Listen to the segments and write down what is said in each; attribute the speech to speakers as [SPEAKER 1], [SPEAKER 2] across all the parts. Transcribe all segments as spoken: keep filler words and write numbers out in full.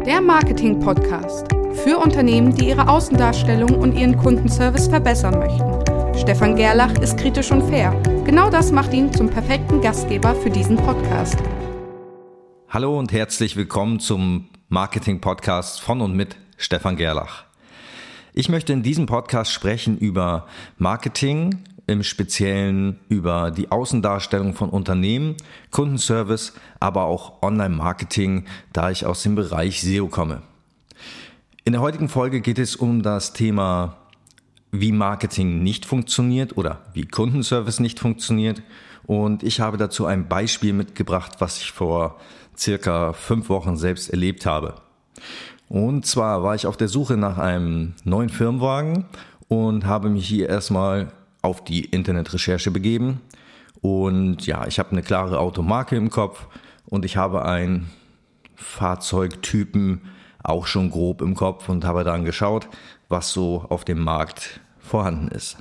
[SPEAKER 1] Der Marketing-Podcast für Unternehmen, die ihre Außendarstellung und ihren Kundenservice verbessern möchten. Stefan Gerlach ist kritisch und fair. Genau das macht ihn zum perfekten Gastgeber für diesen Podcast.
[SPEAKER 2] Hallo und herzlich willkommen zum Marketing-Podcast von und mit Stefan Gerlach. Ich möchte in diesem Podcast sprechen über Marketing, im Speziellen über die Außendarstellung von Unternehmen, Kundenservice, aber auch Online-Marketing, da ich aus dem Bereich S E O komme. In der heutigen Folge geht es um das Thema, wie Marketing nicht funktioniert oder wie Kundenservice nicht funktioniert. Und ich habe dazu ein Beispiel mitgebracht, was ich vor circa fünf Wochen selbst erlebt habe. Und zwar war ich auf der Suche nach einem neuen Firmenwagen und habe mich hier erstmal auf die Internetrecherche begeben. Und ja, ich habe eine klare Automarke im Kopf und ich habe einen Fahrzeugtypen auch schon grob im Kopf und habe dann geschaut, was so auf dem Markt vorhanden ist.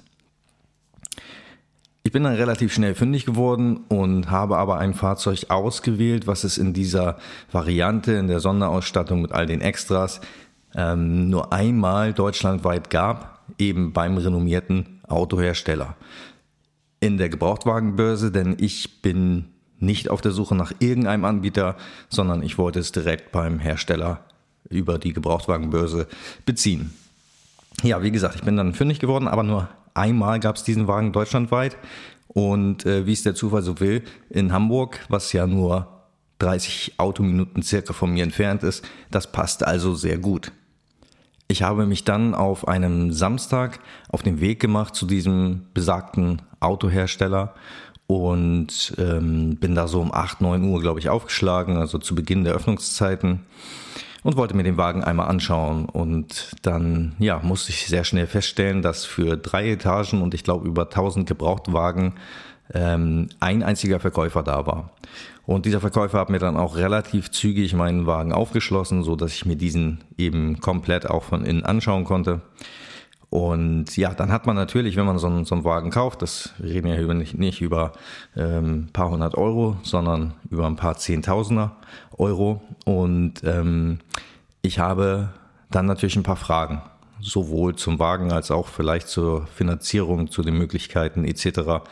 [SPEAKER 2] Ich bin dann relativ schnell fündig geworden und habe aber ein Fahrzeug ausgewählt, was es in dieser Variante, in der Sonderausstattung mit all den Extras, ähm, nur einmal deutschlandweit gab, eben beim renommierten Autohersteller. In der Gebrauchtwagenbörse, denn ich bin nicht auf der Suche nach irgendeinem Anbieter, sondern ich wollte es direkt beim Hersteller über die Gebrauchtwagenbörse beziehen. Ja, wie gesagt, ich bin dann fündig geworden, aber nur einmal gab es diesen Wagen deutschlandweit und äh, wie es der Zufall so will, in Hamburg, was ja nur dreißig Autominuten circa von mir entfernt ist, das passt also sehr gut. Ich habe mich dann auf einem Samstag auf den Weg gemacht zu diesem besagten Autohersteller und ähm, bin da so um acht, neun Uhr, glaube ich, aufgeschlagen, also zu Beginn der Öffnungszeiten und wollte mir den Wagen einmal anschauen. Und dann ja, musste ich sehr schnell feststellen, dass für drei Etagen und ich glaube über tausend Gebrauchtwagen ähm, ein einziger Verkäufer da war. Und dieser Verkäufer hat mir dann auch relativ zügig meinen Wagen aufgeschlossen, so dass ich mir diesen eben komplett auch von innen anschauen konnte. Und ja, dann hat man natürlich, wenn man so einen, so einen Wagen kauft, das wir reden ja über nicht, nicht über ähm, ein paar hundert Euro, sondern über ein paar Zehntausender Euro. Und ähm, ich habe dann natürlich ein paar Fragen, sowohl zum Wagen als auch vielleicht zur Finanzierung, zu den Möglichkeiten et cetera.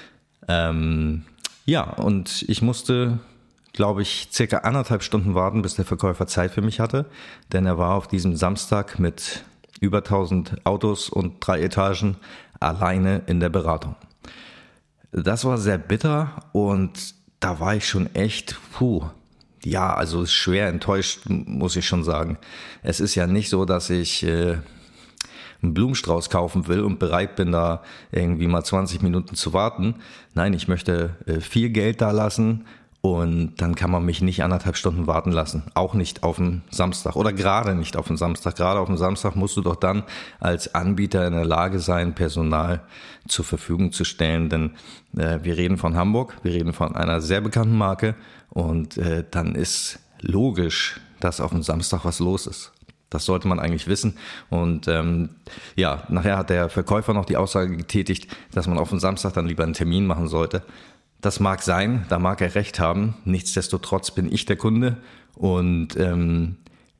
[SPEAKER 2] Ähm, Ja, und ich musste, glaube ich, circa anderthalb Stunden warten, bis der Verkäufer Zeit für mich hatte, denn er war auf diesem Samstag mit über tausend Autos und drei Etagen alleine in der Beratung. Das war sehr bitter und da war ich schon echt, puh, ja, also schwer enttäuscht, muss ich schon sagen. Es ist ja nicht so, dass ich äh, einen Blumenstrauß kaufen will und bereit bin, da irgendwie mal zwanzig Minuten zu warten. Nein, ich möchte äh, viel Geld da lassen und dann kann man mich nicht anderthalb Stunden warten lassen. Auch nicht auf dem Samstag oder gerade nicht auf dem Samstag. Gerade auf dem Samstag musst du doch dann als Anbieter in der Lage sein, Personal zur Verfügung zu stellen, denn äh, wir reden von Hamburg, wir reden von einer sehr bekannten Marke und äh, dann ist logisch, dass auf dem Samstag was los ist. Das sollte man eigentlich wissen. Und ähm, ja, nachher hat der Verkäufer noch die Aussage getätigt, dass man auf den Samstag dann lieber einen Termin machen sollte. Das mag sein, da mag er recht haben. Nichtsdestotrotz bin ich der Kunde und ähm,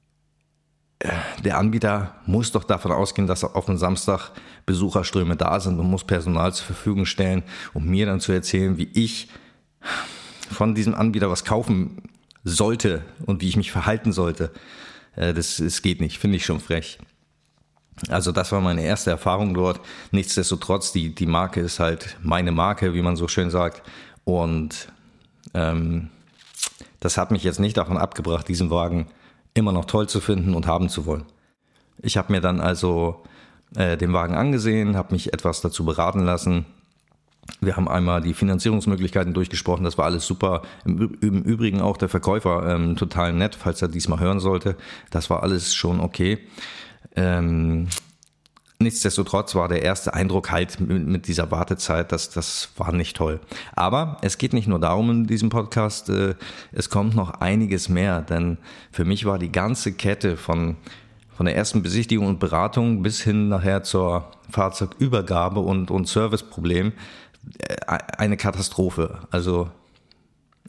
[SPEAKER 2] der Anbieter muss doch davon ausgehen, dass auf den Samstag Besucherströme da sind und muss Personal zur Verfügung stellen, um mir dann zu erzählen, wie ich von diesem Anbieter was kaufen sollte und wie ich mich verhalten sollte. Das, das geht nicht, finde ich schon frech. Also das war meine erste Erfahrung dort. Nichtsdestotrotz, die, die Marke ist halt meine Marke, wie man so schön sagt. Und ähm, das hat mich jetzt nicht davon abgebracht, diesen Wagen immer noch toll zu finden und haben zu wollen. Ich habe mir dann also äh, den Wagen angesehen, habe mich etwas dazu beraten lassen. Wir haben einmal die Finanzierungsmöglichkeiten durchgesprochen, das war alles super. Im, im Übrigen auch der Verkäufer ähm, total nett, falls er diesmal hören sollte. Das war alles schon okay. Ähm, nichtsdestotrotz war der erste Eindruck halt mit, mit dieser Wartezeit, das, das war nicht toll. Aber es geht nicht nur darum in diesem Podcast, äh, es kommt noch einiges mehr, denn für mich war die ganze Kette von Von der ersten Besichtigung und Beratung bis hin nachher zur Fahrzeugübergabe und, und Serviceproblem eine Katastrophe. Also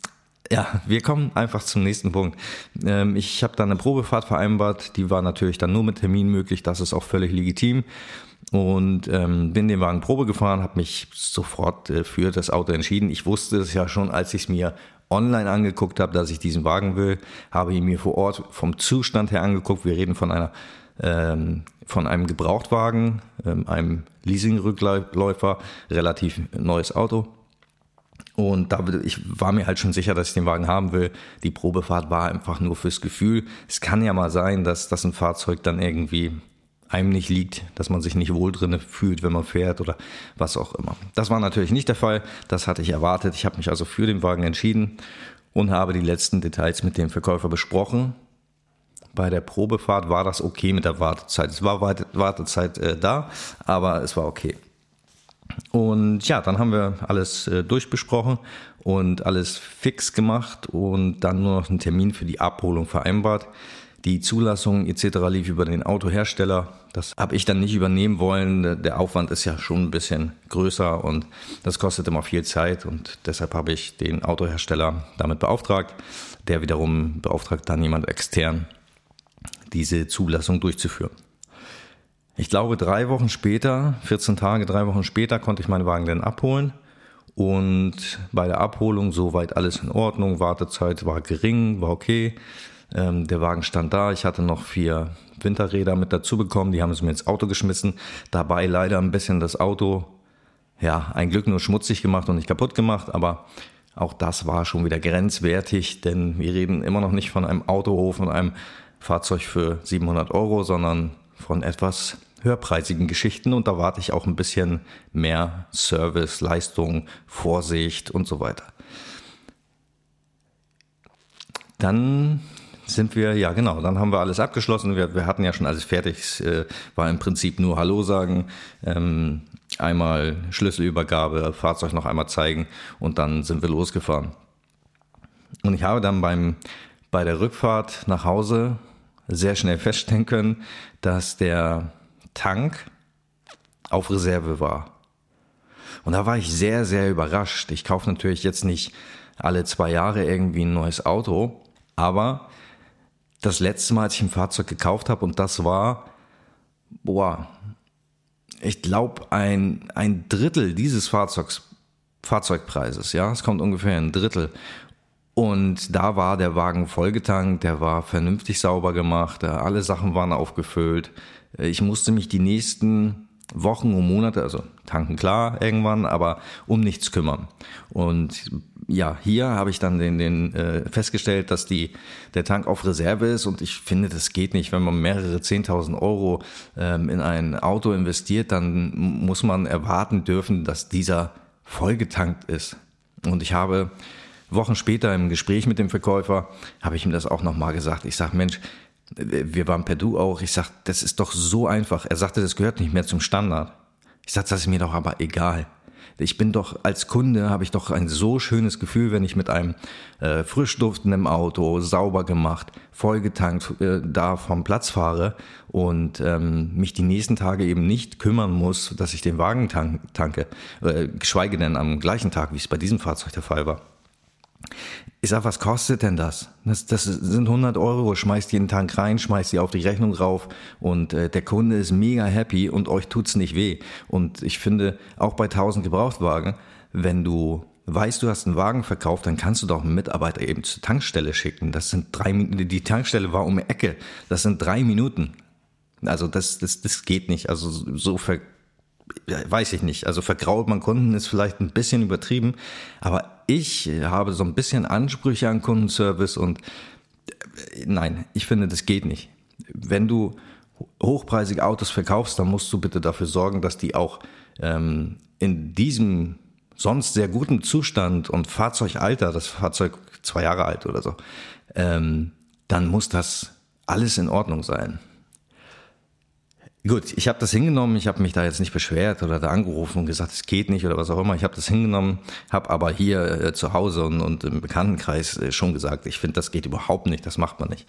[SPEAKER 2] Ja, wir kommen einfach zum nächsten Punkt. Ähm, ich habe dann eine Probefahrt vereinbart, die war natürlich dann nur mit Termin möglich, das ist auch völlig legitim. Und ähm, bin den Wagen Probe gefahren, habe mich sofort äh, für das Auto entschieden. Ich wusste es ja schon, als ich es mir online angeguckt habe, dass ich diesen Wagen will, habe ihn mir vor Ort vom Zustand her angeguckt. Wir reden von einer ähm, von einem Gebrauchtwagen, ähm, einem Leasing-Rückläufer, relativ neues Auto. Und da, ich war mir halt schon sicher, dass ich den Wagen haben will. Die Probefahrt war einfach nur fürs Gefühl. Es kann ja mal sein, dass, dass ein Fahrzeug dann irgendwie einem nicht liegt, dass man sich nicht wohl drin fühlt, wenn man fährt oder was auch immer. Das war natürlich nicht der Fall. Das hatte ich erwartet. Ich habe mich also für den Wagen entschieden und habe die letzten Details mit dem Verkäufer besprochen. Bei der Probefahrt war das okay mit der Wartezeit. Es war Wartezeit äh, da, aber es war okay. Und ja, dann haben wir alles äh, durchbesprochen und alles fix gemacht und dann nur noch einen Termin für die Abholung vereinbart. Die Zulassung et cetera lief über den Autohersteller. Das habe ich dann nicht übernehmen wollen. Der Aufwand ist ja schon ein bisschen größer und das kostet immer viel Zeit. Und deshalb habe ich den Autohersteller damit beauftragt. Der wiederum beauftragt dann jemand extern, diese Zulassung durchzuführen. Ich glaube, drei Wochen später, vierzehn Tage, drei Wochen später, konnte ich meinen Wagen dann abholen. Und bei der Abholung soweit alles in Ordnung. Wartezeit war gering, war okay. Ähm, der Wagen stand da. Ich hatte noch vier Winterräder mit dazu bekommen. Die haben es mir ins Auto geschmissen. Dabei leider ein bisschen das Auto, ja, ein Glück nur schmutzig gemacht und nicht kaputt gemacht. Aber auch das war schon wieder grenzwertig, denn wir reden immer noch nicht von einem Autohof und einem Fahrzeug für siebenhundert Euro, sondern von etwas höherpreisigen Geschichten. Und da warte ich auch ein bisschen mehr Service, Leistung, Vorsicht und so weiter. Dann sind wir, ja genau, dann haben wir alles abgeschlossen. Wir, wir hatten ja schon alles fertig. Es äh, war im Prinzip nur Hallo sagen, ähm, einmal Schlüsselübergabe, Fahrzeug noch einmal zeigen und dann sind wir losgefahren. Und ich habe dann beim, bei der Rückfahrt nach Hause sehr schnell feststellen können, dass der Tank auf Reserve war. Und da war ich sehr, sehr überrascht. Ich kaufe natürlich jetzt nicht alle zwei Jahre irgendwie ein neues Auto, aber das letzte Mal, als ich ein Fahrzeug gekauft habe, und das war, boah, ich glaube ein, ein Drittel dieses Fahrzeugs, Fahrzeugpreises, ja, es kommt ungefähr ein Drittel. Und da war der Wagen vollgetankt, der war vernünftig sauber gemacht, alle Sachen waren aufgefüllt. Ich musste mich die nächsten Wochen und Monate, also tanken klar irgendwann, aber um nichts kümmern. Und ja, hier habe ich dann den, den äh, festgestellt, dass die, der Tank auf Reserve ist und ich finde, das geht nicht. Wenn man mehrere zehntausend Euro ähm, in ein Auto investiert, dann muss man erwarten dürfen, dass dieser vollgetankt ist. Und ich habe Wochen später im Gespräch mit dem Verkäufer, habe ich ihm das auch nochmal gesagt. Ich sage, Mensch, wir waren per Du auch. Ich sage, das ist doch so einfach. Er sagte, das gehört nicht mehr zum Standard. Ich sage, das ist mir doch aber egal. Ich bin doch, als Kunde habe ich doch ein so schönes Gefühl, wenn ich mit einem äh, frisch duftenden Auto, sauber gemacht, vollgetankt, äh, da vom Platz fahre und ähm, mich die nächsten Tage eben nicht kümmern muss, dass ich den Wagen tank, tanke, äh, geschweige denn am gleichen Tag, wie es bei diesem Fahrzeug der Fall war. Ich sag, was kostet denn das? Das, das sind hundert Euro, schmeißt jeden Tank rein, schmeißt die auf die Rechnung rauf und äh, der Kunde ist mega happy und euch tut's nicht weh. Und ich finde, auch bei tausend Gebrauchtwagen, wenn du weißt, du hast einen Wagen verkauft, dann kannst du doch einen Mitarbeiter eben zur Tankstelle schicken. Das sind drei Minuten, die Tankstelle war um die Ecke, das sind drei Minuten. Also das, das, das geht nicht, also so ver weiß ich nicht, also vergrault man Kunden ist vielleicht ein bisschen übertrieben, aber ich habe so ein bisschen Ansprüche an Kundenservice und nein, ich finde, das geht nicht. Wenn du hochpreisige Autos verkaufst, dann musst du bitte dafür sorgen, dass die auch ähm, in diesem sonst sehr guten Zustand und Fahrzeugalter, das Fahrzeug zwei Jahre alt oder so, ähm, dann muss das alles in Ordnung sein. Gut, ich habe das hingenommen, ich habe mich da jetzt nicht beschwert oder da angerufen und gesagt, es geht nicht oder was auch immer. Ich habe das hingenommen, habe aber hier äh, zu Hause und, und im Bekanntenkreis äh, schon gesagt, ich finde, das geht überhaupt nicht, das macht man nicht.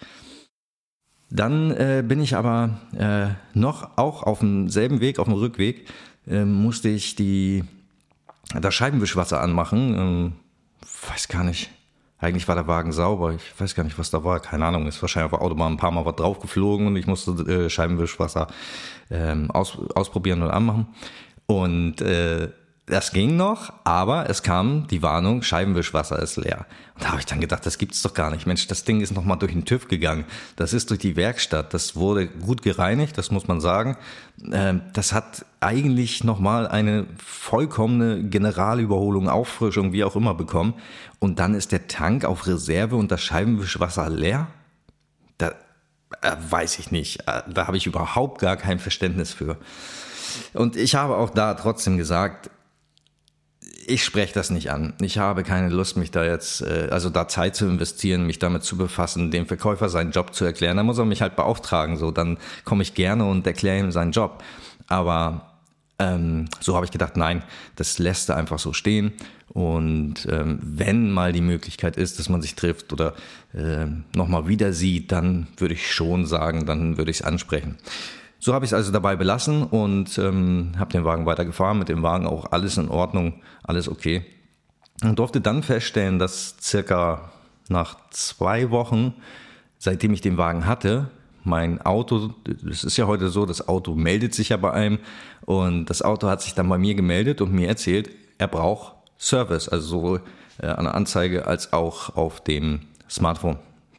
[SPEAKER 2] Dann äh, bin ich aber äh, noch auch auf demselben Weg, auf dem Rückweg, äh, musste ich die, das Scheibenwischwasser anmachen, ähm, weiß gar nicht, Eigentlich war der Wagen sauber. Ich weiß gar nicht, was da war. Keine Ahnung. Ist wahrscheinlich auf der Autobahn ein paar Mal was draufgeflogen und ich musste äh, Scheibenwischwasser ähm, aus, ausprobieren und anmachen. Und äh, das ging noch, aber es kam die Warnung, Scheibenwischwasser ist leer. Und da habe ich dann gedacht, das gibt's doch gar nicht. Mensch, das Ding ist nochmal durch den TÜV gegangen. Das ist durch die Werkstatt. Das wurde gut gereinigt, das muss man sagen. Ähm, das hat eigentlich nochmal eine vollkommene Generalüberholung, Auffrischung, wie auch immer bekommen. Und dann ist der Tank auf Reserve und das Scheibenwischwasser leer? Da äh, weiß ich nicht. Äh, da habe ich überhaupt gar kein Verständnis für. Und ich habe auch da trotzdem gesagt, ich spreche das nicht an. Ich habe keine Lust, mich da jetzt, also da Zeit zu investieren, mich damit zu befassen, dem Verkäufer seinen Job zu erklären. Da muss er mich halt beauftragen. So, dann komme ich gerne und erkläre ihm seinen Job. Aber ähm, so habe ich gedacht, nein, das lässt er einfach so stehen. Und ähm, wenn mal die Möglichkeit ist, dass man sich trifft oder äh, nochmal wieder sieht, dann würde ich schon sagen, dann würde ich es ansprechen. So habe ich es also dabei belassen und ähm, habe den Wagen weitergefahren, mit dem Wagen auch alles in Ordnung, alles okay. Und durfte dann feststellen, dass circa nach zwei Wochen, seitdem ich den Wagen hatte, mein Auto, es ist ja heute so, das Auto meldet sich ja bei einem und das Auto hat sich dann bei mir gemeldet und mir erzählt, er braucht Service, also sowohl äh, an der Anzeige als auch auf dem Smartphone.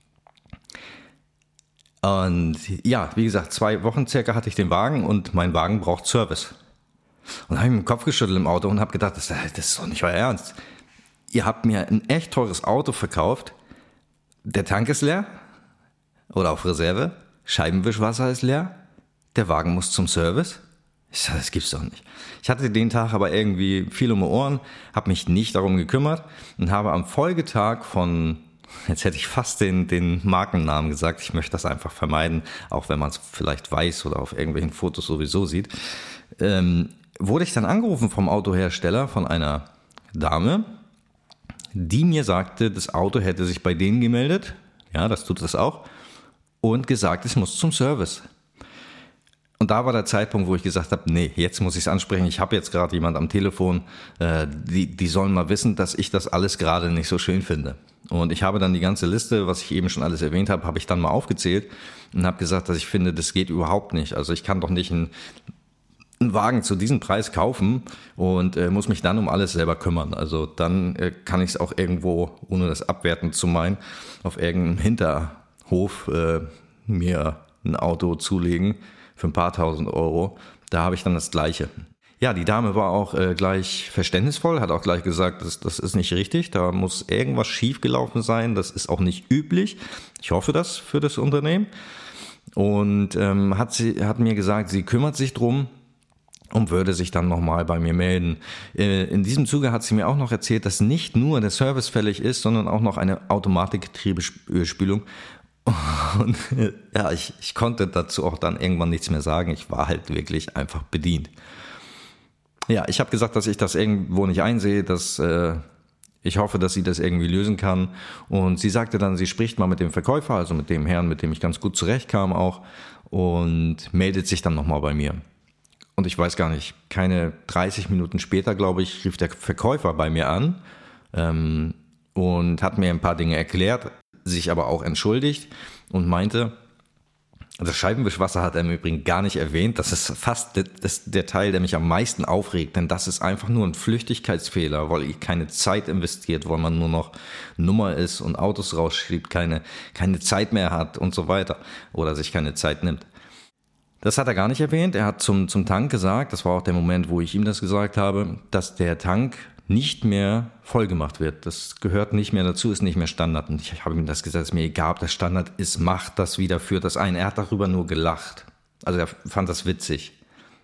[SPEAKER 2] Und ja, wie gesagt, zwei Wochen circa hatte ich den Wagen und mein Wagen braucht Service. Und da habe ich mit dem Kopf geschüttelt im Auto und habe gedacht, das, das ist doch nicht euer Ernst. Ihr habt mir ein echt teures Auto verkauft, der Tank ist leer oder auf Reserve, Scheibenwischwasser ist leer, der Wagen muss zum Service. Ich sage, das gibt's doch nicht. Ich hatte den Tag aber irgendwie viel um die Ohren, habe mich nicht darum gekümmert und habe am Folgetag von... Jetzt hätte ich fast den, den Markennamen gesagt. Ich möchte das einfach vermeiden, auch wenn man es vielleicht weiß oder auf irgendwelchen Fotos sowieso sieht. Ähm, wurde ich dann angerufen vom Autohersteller, von einer Dame, die mir sagte, das Auto hätte sich bei denen gemeldet. Ja, das tut es auch. Und gesagt, es muss zum Service. Und da war der Zeitpunkt, wo ich gesagt habe, nee, jetzt muss ich es ansprechen. Ich habe jetzt gerade jemand am Telefon, äh, die, die sollen mal wissen, dass ich das alles gerade nicht so schön finde. Und ich habe dann die ganze Liste, was ich eben schon alles erwähnt habe, habe ich dann mal aufgezählt und habe gesagt, dass ich finde, das geht überhaupt nicht. Also ich kann doch nicht einen, einen Wagen zu diesem Preis kaufen und äh, muss mich dann um alles selber kümmern. Also dann äh, kann ich es auch irgendwo, ohne das abwertend zu meinen, auf irgendeinem Hinterhof äh, mir ein Auto zulegen für ein paar tausend Euro. Da habe ich dann das Gleiche. Ja, die Dame war auch äh, gleich verständnisvoll, hat auch gleich gesagt, das, das ist nicht richtig, da muss irgendwas schiefgelaufen sein, das ist auch nicht üblich. Ich hoffe das für das Unternehmen. Und ähm, hat, sie, hat mir gesagt, sie kümmert sich drum und würde sich dann nochmal bei mir melden. Äh, in diesem Zuge hat sie mir auch noch erzählt, dass nicht nur der Service fällig ist, sondern auch noch eine Automatikgetriebespülung. Und ja, ich, ich konnte dazu auch dann irgendwann nichts mehr sagen. Ich war halt wirklich einfach bedient. Ja, ich habe gesagt, dass ich das irgendwo nicht einsehe, dass äh, ich hoffe, dass sie das irgendwie lösen kann. Und sie sagte dann, sie spricht mal mit dem Verkäufer, also mit dem Herrn, mit dem ich ganz gut zurechtkam auch, und meldet sich dann nochmal bei mir. Und ich weiß gar nicht, keine dreißig Minuten später, glaube ich, rief der Verkäufer bei mir an ähm, und hat mir ein paar Dinge erklärt, sich aber auch entschuldigt und meinte, das Scheibenwischwasser hat er im Übrigen gar nicht erwähnt. Das ist fast der, das, der Teil, der mich am meisten aufregt, denn das ist einfach nur ein Flüchtigkeitsfehler, weil ich keine Zeit investiert, weil man nur noch Nummer ist und Autos rausschiebt, keine, keine Zeit mehr hat und so weiter oder sich keine Zeit nimmt. Das hat er gar nicht erwähnt. Er hat zum, zum Tank gesagt, das war auch der Moment, wo ich ihm das gesagt habe, dass der Tank nicht mehr voll gemacht wird. Das gehört nicht mehr dazu, ist nicht mehr Standard. Und ich habe ihm das gesagt, es ist mir egal, ob das Standard ist, macht das wieder, führt das ein. Er hat darüber nur gelacht. Also er fand das witzig.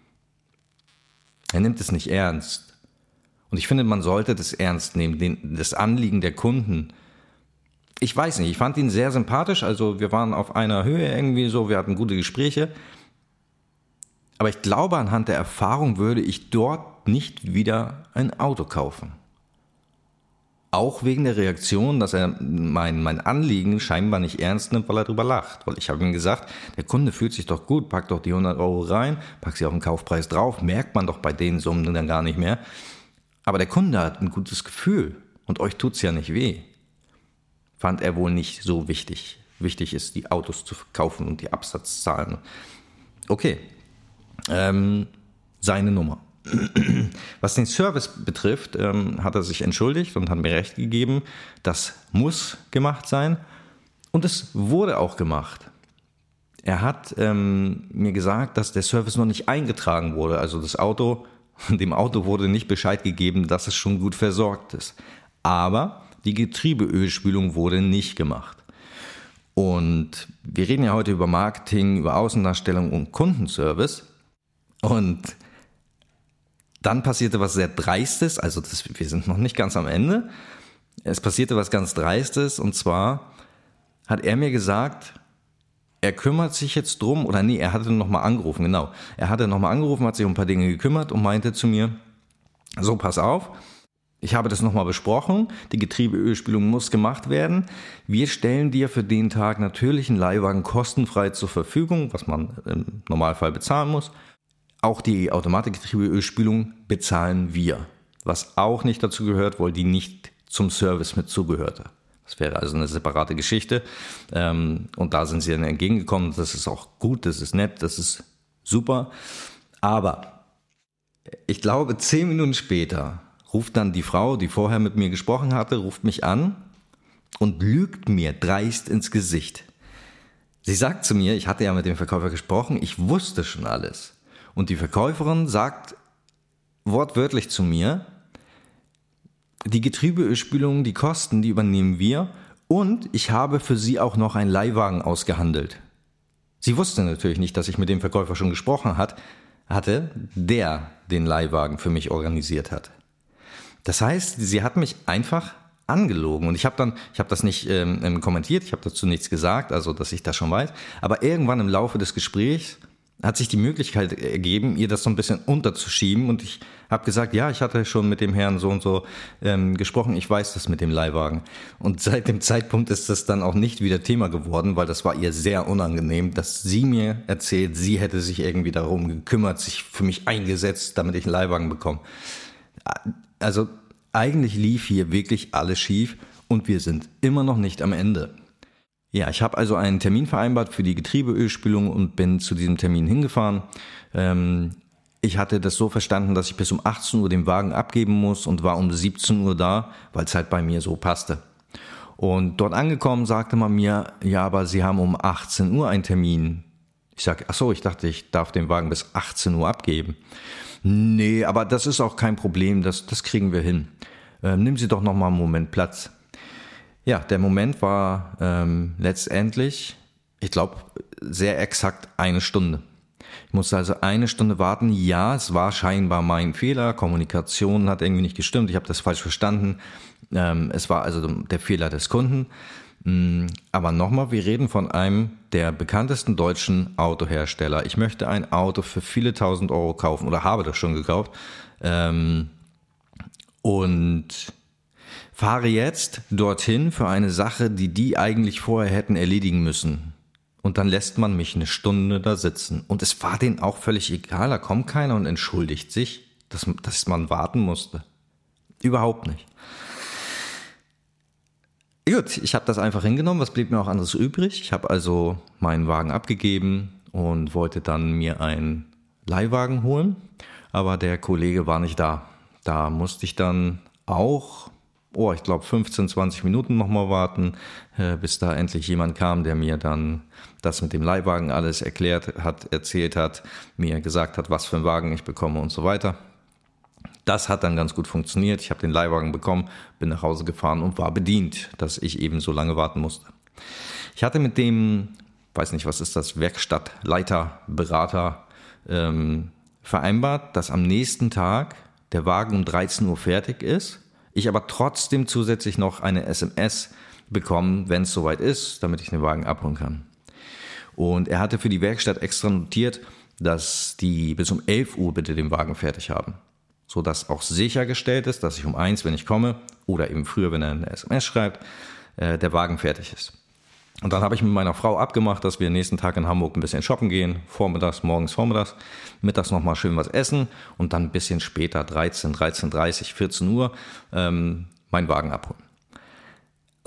[SPEAKER 2] Er nimmt es nicht ernst. Und ich finde, man sollte das ernst nehmen, den, das Anliegen der Kunden. Ich weiß nicht, ich fand ihn sehr sympathisch, also wir waren auf einer Höhe irgendwie so, wir hatten gute Gespräche. Aber ich glaube, anhand der Erfahrung würde ich dort nicht wieder ein Auto kaufen. Auch wegen der Reaktion, dass er mein, mein Anliegen scheinbar nicht ernst nimmt, weil er drüber lacht. Weil ich habe ihm gesagt, der Kunde fühlt sich doch gut, pack doch die hundert Euro rein, pack sie auf den Kaufpreis drauf, merkt man doch bei den Summen dann gar nicht mehr. Aber der Kunde hat ein gutes Gefühl und euch tut's ja nicht weh. fand er wohl nicht so wichtig. Wichtig ist, die Autos zu verkaufen und die Absatzzahlen. Okay, ähm, seine Nummer. Was den Service betrifft, ähm, hat er sich entschuldigt und hat mir recht gegeben, das muss gemacht sein und es wurde auch gemacht. Er hat ähm, mir gesagt, dass der Service noch nicht eingetragen wurde, also das Auto, dem Auto wurde nicht Bescheid gegeben, dass es schon gut versorgt ist. Aber die Getriebeölspülung wurde nicht gemacht. Und wir reden ja heute über Marketing, über Außendarstellung und Kundenservice und dann passierte was sehr Dreistes, also das, wir sind noch nicht ganz am Ende. Es passierte was ganz Dreistes und zwar hat er mir gesagt, er kümmert sich jetzt drum, oder nee, er hatte nochmal angerufen, genau. Er hatte nochmal angerufen, hat sich um ein paar Dinge gekümmert und meinte zu mir, so pass auf, ich habe das nochmal besprochen, die Getriebeölspülung muss gemacht werden. Wir stellen dir für den Tag natürlich einen Leihwagen kostenfrei zur Verfügung, was man im Normalfall bezahlen muss. Auch die Automatikgetriebeölspülung bezahlen wir, was auch nicht dazu gehört, weil die nicht zum Service mit zugehörte. Das wäre also eine separate Geschichte und da sind sie dann entgegengekommen. Das ist auch gut, das ist nett, das ist super. Aber ich glaube, zehn Minuten später ruft dann die Frau, die vorher mit mir gesprochen hatte, ruft mich an und lügt mir dreist ins Gesicht. Sie sagt zu mir, ich hatte ja mit dem Verkäufer gesprochen, ich wusste schon alles. Und die Verkäuferin sagt wortwörtlich zu mir, die Getriebeölspülung, die Kosten, die übernehmen wir und ich habe für sie auch noch einen Leihwagen ausgehandelt. Sie wusste natürlich nicht, dass ich mit dem Verkäufer schon gesprochen hat, hatte, der den Leihwagen für mich organisiert hat. Das heißt, sie hat mich einfach angelogen und ich habe dann, ich habe das nicht ähm, kommentiert, ich habe dazu nichts gesagt, also dass ich das schon weiß, aber irgendwann im Laufe des Gesprächs hat sich die Möglichkeit ergeben, ihr das so ein bisschen unterzuschieben und ich habe gesagt, ja, ich hatte schon mit dem Herrn so und so ähm, gesprochen, ich weiß das mit dem Leihwagen. Und seit dem Zeitpunkt ist das dann auch nicht wieder Thema geworden, weil das war ihr sehr unangenehm, dass sie mir erzählt, sie hätte sich irgendwie darum gekümmert, sich für mich eingesetzt, damit ich einen Leihwagen bekomme. Also eigentlich lief hier wirklich alles schief und wir sind immer noch nicht am Ende. Ja, ich habe also einen Termin vereinbart für die Getriebeölspülung und bin zu diesem Termin hingefahren. Ähm, ich hatte das so verstanden, dass ich bis um achtzehn Uhr den Wagen abgeben muss und war um siebzehn Uhr da, weil es halt bei mir so passte. Und dort angekommen sagte man mir, ja, aber Sie haben um achtzehn Uhr einen Termin. Ich sage, ach so, ich dachte, ich darf den Wagen bis achtzehn Uhr abgeben. Nee, aber das ist auch kein Problem, das, das kriegen wir hin. Ähm, nehmen Sie doch noch mal einen Moment Platz. Ja, der Moment war ähm, letztendlich, ich glaube, sehr exakt eine Stunde. Ich musste also eine Stunde warten. Ja, es war scheinbar mein Fehler. Kommunikation hat irgendwie nicht gestimmt. Ich habe das falsch verstanden. Ähm, es war also der Fehler des Kunden. Aber nochmal, wir reden von einem der bekanntesten deutschen Autohersteller. Ich möchte ein Auto für viele tausend Euro kaufen oder habe das schon gekauft. Ähm, und fahre jetzt dorthin für eine Sache, die die eigentlich vorher hätten erledigen müssen. Und dann lässt man mich eine Stunde da sitzen. Und es war denen auch völlig egal, da kommt keiner und entschuldigt sich, dass, dass man warten musste. Überhaupt nicht. Gut, ich habe das einfach hingenommen, was blieb mir auch anderes übrig? Ich habe also meinen Wagen abgegeben und wollte dann mir einen Leihwagen holen, aber der Kollege war nicht da. Da musste ich dann auch... oh, ich glaube fünfzehn, zwanzig Minuten nochmal warten, äh, bis da endlich jemand kam, der mir dann das mit dem Leihwagen alles erklärt hat, erzählt hat, mir gesagt hat, was für einen Wagen ich bekomme und so weiter. Das hat dann ganz gut funktioniert. Ich habe den Leihwagen bekommen, bin nach Hause gefahren und war bedient, dass ich eben so lange warten musste. Ich hatte mit dem, weiß nicht, was ist das, Werkstattleiter, Berater ähm, vereinbart, dass am nächsten Tag der Wagen um dreizehn Uhr fertig ist, ich aber trotzdem zusätzlich noch eine S M S bekomme, wenn es soweit ist, damit ich den Wagen abholen kann. Und er hatte für die Werkstatt extra notiert, dass die bis um elf Uhr bitte den Wagen fertig haben, sodass auch sichergestellt ist, dass ich um eins, wenn ich komme, oder eben früher, wenn er eine S M S schreibt, äh, der Wagen fertig ist. Und dann habe ich mit meiner Frau abgemacht, dass wir nächsten Tag in Hamburg ein bisschen shoppen gehen, vormittags, morgens, vormittags, mittags nochmal schön was essen und dann ein bisschen später, dreizehn, dreizehn Uhr dreißig, vierzehn Uhr, ähm, meinen Wagen abholen.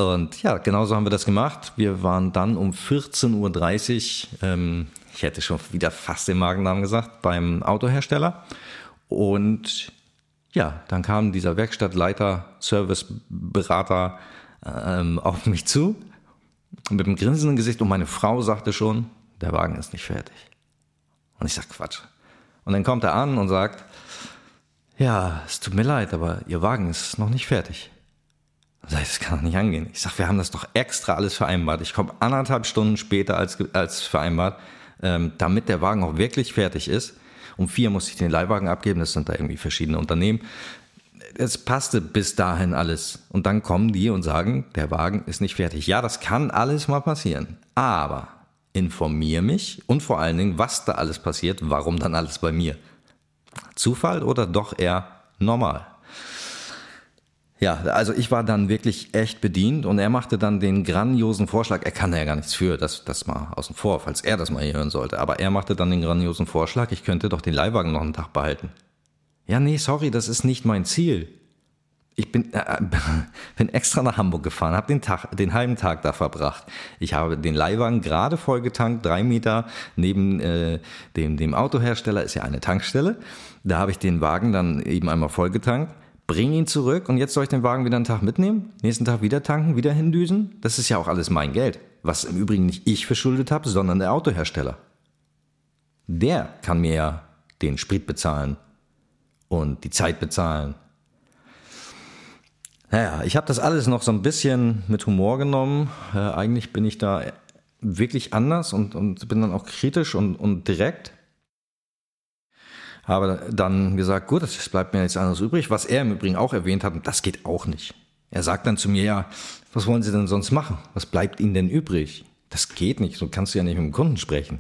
[SPEAKER 2] Und ja, genauso haben wir das gemacht. Wir waren dann um vierzehn Uhr dreißig, ähm, ich hätte schon wieder fast den Markennamen gesagt, beim Autohersteller. Und ja, dann kam dieser Werkstattleiter, Serviceberater ähm, auf mich zu, mit einem Grinsen im Gesicht. Und meine Frau sagte schon, der Wagen ist nicht fertig. Und ich sag, Quatsch. Und dann kommt er an und sagt, ja, es tut mir leid, aber Ihr Wagen ist noch nicht fertig. Dann sag ich, das kann doch nicht angehen. Ich sag, wir haben das doch extra alles vereinbart. Ich komme anderthalb Stunden später als, als vereinbart, ähm, damit der Wagen auch wirklich fertig ist. Um vier musste ich den Leihwagen abgeben, das sind da irgendwie verschiedene Unternehmen. Es passte bis dahin alles. Und dann kommen die und sagen, der Wagen ist nicht fertig. Ja, das kann alles mal passieren. Aber informiere mich und vor allen Dingen, was da alles passiert, warum dann alles bei mir. Zufall oder doch eher normal? Ja, also ich war dann wirklich echt bedient und er machte dann den grandiosen Vorschlag, er kann da ja gar nichts für, das, das mal außen vor, falls er das mal hier hören sollte, aber er machte dann den grandiosen Vorschlag, ich könnte doch den Leihwagen noch einen Tag behalten. Ja, nee, sorry, das ist nicht mein Ziel. Ich bin, äh, bin extra nach Hamburg gefahren, habe den Tag, den halben Tag da verbracht. Ich habe den Leihwagen gerade vollgetankt, drei Meter neben äh, dem, dem Autohersteller ist ja eine Tankstelle. Da habe ich den Wagen dann eben einmal vollgetankt, bring ihn zurück und jetzt soll ich den Wagen wieder einen Tag mitnehmen, nächsten Tag wieder tanken, wieder hindüsen. Das ist ja auch alles mein Geld, was im Übrigen nicht ich verschuldet habe, sondern der Autohersteller. Der kann mir ja den Sprit bezahlen und die Zeit bezahlen. Naja, ich habe das alles noch so ein bisschen mit Humor genommen. Äh, eigentlich bin ich da wirklich anders und, und bin dann auch kritisch und, und direkt. Habe dann gesagt, gut, es bleibt mir nichts anderes übrig. Was er im Übrigen auch erwähnt hat, das geht auch nicht. Er sagt dann zu mir, ja, was wollen Sie denn sonst machen? Was bleibt Ihnen denn übrig? Das geht nicht, so kannst du ja nicht mit dem Kunden sprechen.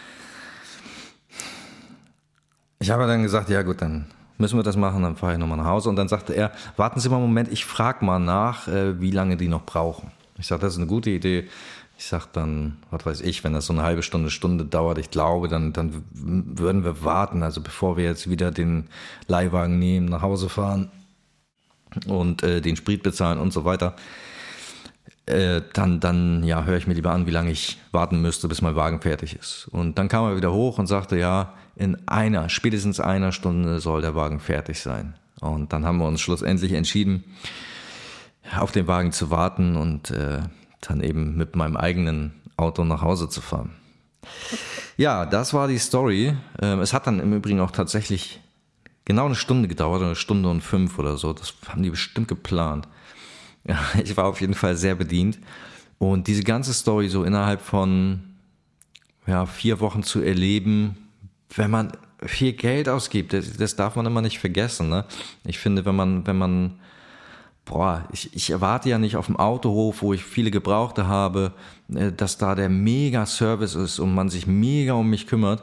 [SPEAKER 2] Ich habe dann gesagt, ja gut, dann müssen wir das machen, dann fahre ich nochmal nach Hause. Und dann sagte er, warten Sie mal einen Moment, ich frage mal nach, wie lange die noch brauchen. Ich sage, das ist eine gute Idee. Ich sage dann, was weiß ich, wenn das so eine halbe Stunde, Stunde dauert, ich glaube, dann, dann würden wir warten. Also bevor wir jetzt wieder den Leihwagen nehmen, nach Hause fahren und äh, den Sprit bezahlen und so weiter, äh, dann, dann ja, höre ich mir lieber an, wie lange ich warten müsste, bis mein Wagen fertig ist. Und dann kam er wieder hoch und sagte, ja, in einer, spätestens einer Stunde soll der Wagen fertig sein. Und dann haben wir uns schlussendlich entschieden, auf den Wagen zu warten und äh, dann eben mit meinem eigenen Auto nach Hause zu fahren. Ja, das war die Story. Ähm, es hat dann im Übrigen auch tatsächlich genau eine Stunde gedauert, eine Stunde und fünf oder so. Das haben die bestimmt geplant. Ja, ich war auf jeden Fall sehr bedient. Und diese ganze Story so innerhalb von ja, vier Wochen zu erleben, wenn man viel Geld ausgibt, das, das darf man immer nicht vergessen. Ne? Ich finde, wenn man, wenn man, boah, ich, ich erwarte ja nicht auf dem Autohof, wo ich viele Gebrauchte habe, dass da der Mega-Service ist und man sich mega um mich kümmert.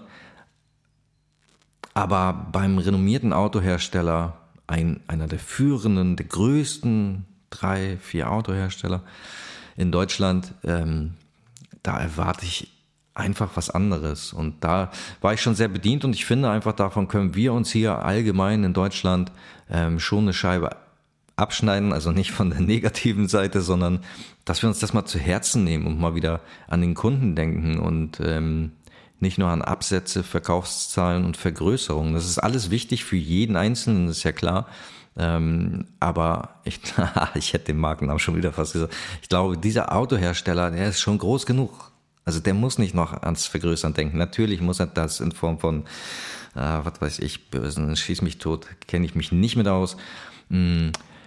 [SPEAKER 2] Aber beim renommierten Autohersteller, ein, einer der führenden, der größten drei, vier Autohersteller in Deutschland, ähm, da erwarte ich einfach was anderes. Und da war ich schon sehr bedient und ich finde einfach, davon können wir uns hier allgemein in Deutschland ähm, schon eine Scheibe abschneiden, also nicht von der negativen Seite, sondern dass wir uns das mal zu Herzen nehmen und mal wieder an den Kunden denken und ähm, nicht nur an Absätze, Verkaufszahlen und Vergrößerungen. Das ist alles wichtig für jeden Einzelnen, das ist ja klar. Ähm, aber ich, ich hätte den Markennamen schon wieder fast gesagt. Ich glaube, dieser Autohersteller, der ist schon groß genug. Also der muss nicht noch ans Vergrößern denken. Natürlich muss er das in Form von, äh, was weiß ich, Börsen, schieß mich tot, kenne ich mich nicht mit aus. Mm.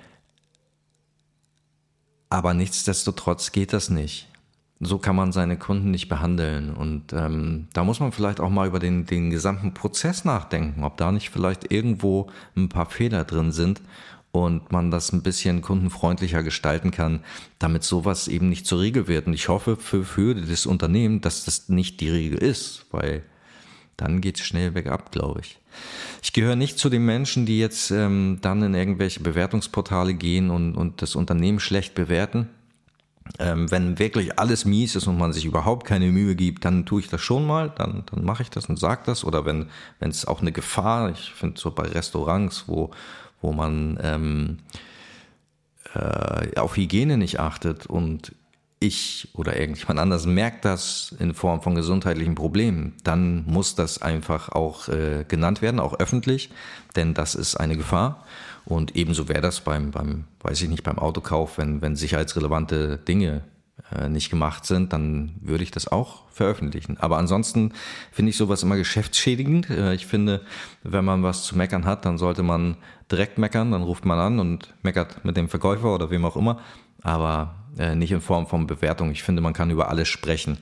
[SPEAKER 2] Aber nichtsdestotrotz geht das nicht. So kann man seine Kunden nicht behandeln. Und ähm, da muss man vielleicht auch mal über den, den gesamten Prozess nachdenken, ob da nicht vielleicht irgendwo ein paar Fehler drin sind und man das ein bisschen kundenfreundlicher gestalten kann, damit sowas eben nicht zur Regel wird. Und ich hoffe für, für das Unternehmen, dass das nicht die Regel ist, weil dann geht es schnell bergab, glaube ich. Ich gehöre nicht zu den Menschen, die jetzt ähm, dann in irgendwelche Bewertungsportale gehen und, und das Unternehmen schlecht bewerten. Ähm, wenn wirklich alles mies ist und man sich überhaupt keine Mühe gibt, dann tue ich das schon mal, dann, dann mache ich das und sage das. Oder wenn wenn es auch eine Gefahr, ich finde so bei Restaurants, wo wo man ähm, äh, auf Hygiene nicht achtet und ich oder irgendjemand anders merkt das in Form von gesundheitlichen Problemen, dann muss das einfach auch äh, genannt werden, auch öffentlich, denn das ist eine Gefahr. Und ebenso wäre das beim, beim, weiß ich nicht, beim Autokauf, wenn, wenn sicherheitsrelevante Dinge äh, nicht gemacht sind, dann würde ich das auch veröffentlichen. Aber ansonsten finde ich sowas immer geschäftsschädigend. Äh, ich finde, wenn man was zu meckern hat, dann sollte man direkt meckern, dann ruft man an und meckert mit dem Verkäufer oder wem auch immer, aber äh, nicht in Form von Bewertung. Ich finde, man kann über alles sprechen.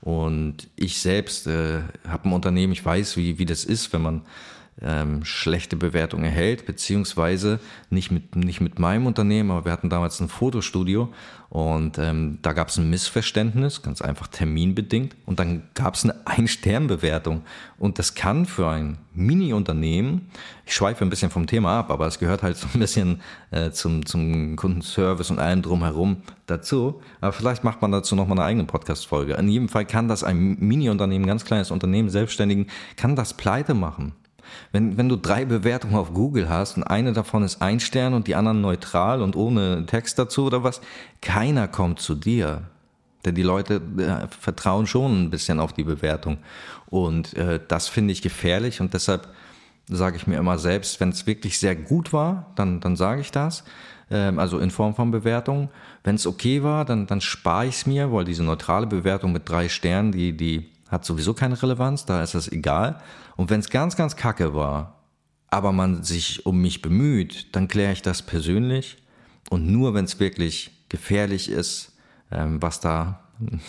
[SPEAKER 2] Und ich selbst äh, habe ein Unternehmen, ich weiß, wie, wie das ist, wenn man ähm, schlechte Bewertungen erhält, beziehungsweise nicht mit, nicht mit meinem Unternehmen, aber wir hatten damals ein Fotostudio und ähm, da gab es ein Missverständnis, ganz einfach terminbedingt, und dann gab es eine Ein-Stern-Bewertung und das kann für ein Mini-Unternehmen, ich schweife ein bisschen vom Thema ab, aber es gehört halt so ein bisschen äh, zum, zum Kundenservice und allem drumherum dazu, aber vielleicht macht man dazu nochmal eine eigene Podcast-Folge. In jedem Fall kann das ein Mini-Unternehmen, ganz kleines Unternehmen, Selbstständigen, kann das pleite machen. Wenn, wenn du drei Bewertungen auf Google hast und eine davon ist ein Stern und die anderen neutral und ohne Text dazu oder was, keiner kommt zu dir. Denn die Leute äh, vertrauen schon ein bisschen auf die Bewertung. Und äh, das finde ich gefährlich und deshalb sage ich mir immer selbst, wenn es wirklich sehr gut war, dann, dann sage ich das, ähm, also in Form von Bewertung. Wenn es okay war, dann, dann spare ich es mir, weil diese neutrale Bewertung mit drei Sternen, die, die hat sowieso keine Relevanz, da ist das egal. Und wenn es ganz, ganz kacke war, aber man sich um mich bemüht, dann kläre ich das persönlich. Und nur wenn es wirklich gefährlich ist, ähm, was da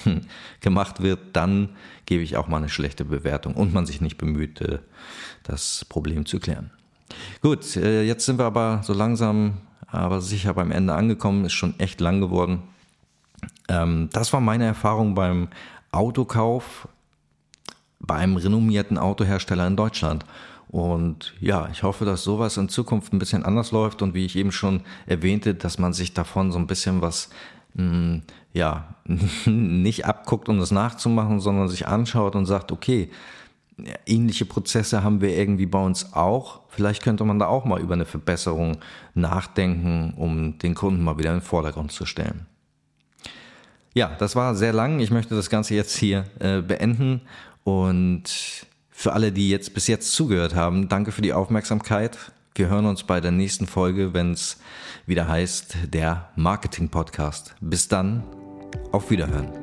[SPEAKER 2] gemacht wird, dann gebe ich auch mal eine schlechte Bewertung und man sich nicht bemüht, äh, das Problem zu klären. Gut, äh, jetzt sind wir aber so langsam, aber sicher beim Ende angekommen, ist schon echt lang geworden. Ähm, das war meine Erfahrung beim Autokauf bei einem renommierten Autohersteller in Deutschland. Und ja, ich hoffe, dass sowas in Zukunft ein bisschen anders läuft und wie ich eben schon erwähnte, dass man sich davon so ein bisschen was, mh, ja, nicht abguckt, um das nachzumachen, sondern sich anschaut und sagt, okay, ähnliche Prozesse haben wir irgendwie bei uns auch. Vielleicht könnte man da auch mal über eine Verbesserung nachdenken, um den Kunden mal wieder in den Vordergrund zu stellen. Ja, das war sehr lang. Ich möchte das Ganze jetzt hier äh, beenden. Und für alle, die jetzt bis jetzt zugehört haben, danke für die Aufmerksamkeit. Wir hören uns bei der nächsten Folge, wenn es wieder heißt, der Marketing-Podcast. Bis dann, auf Wiederhören.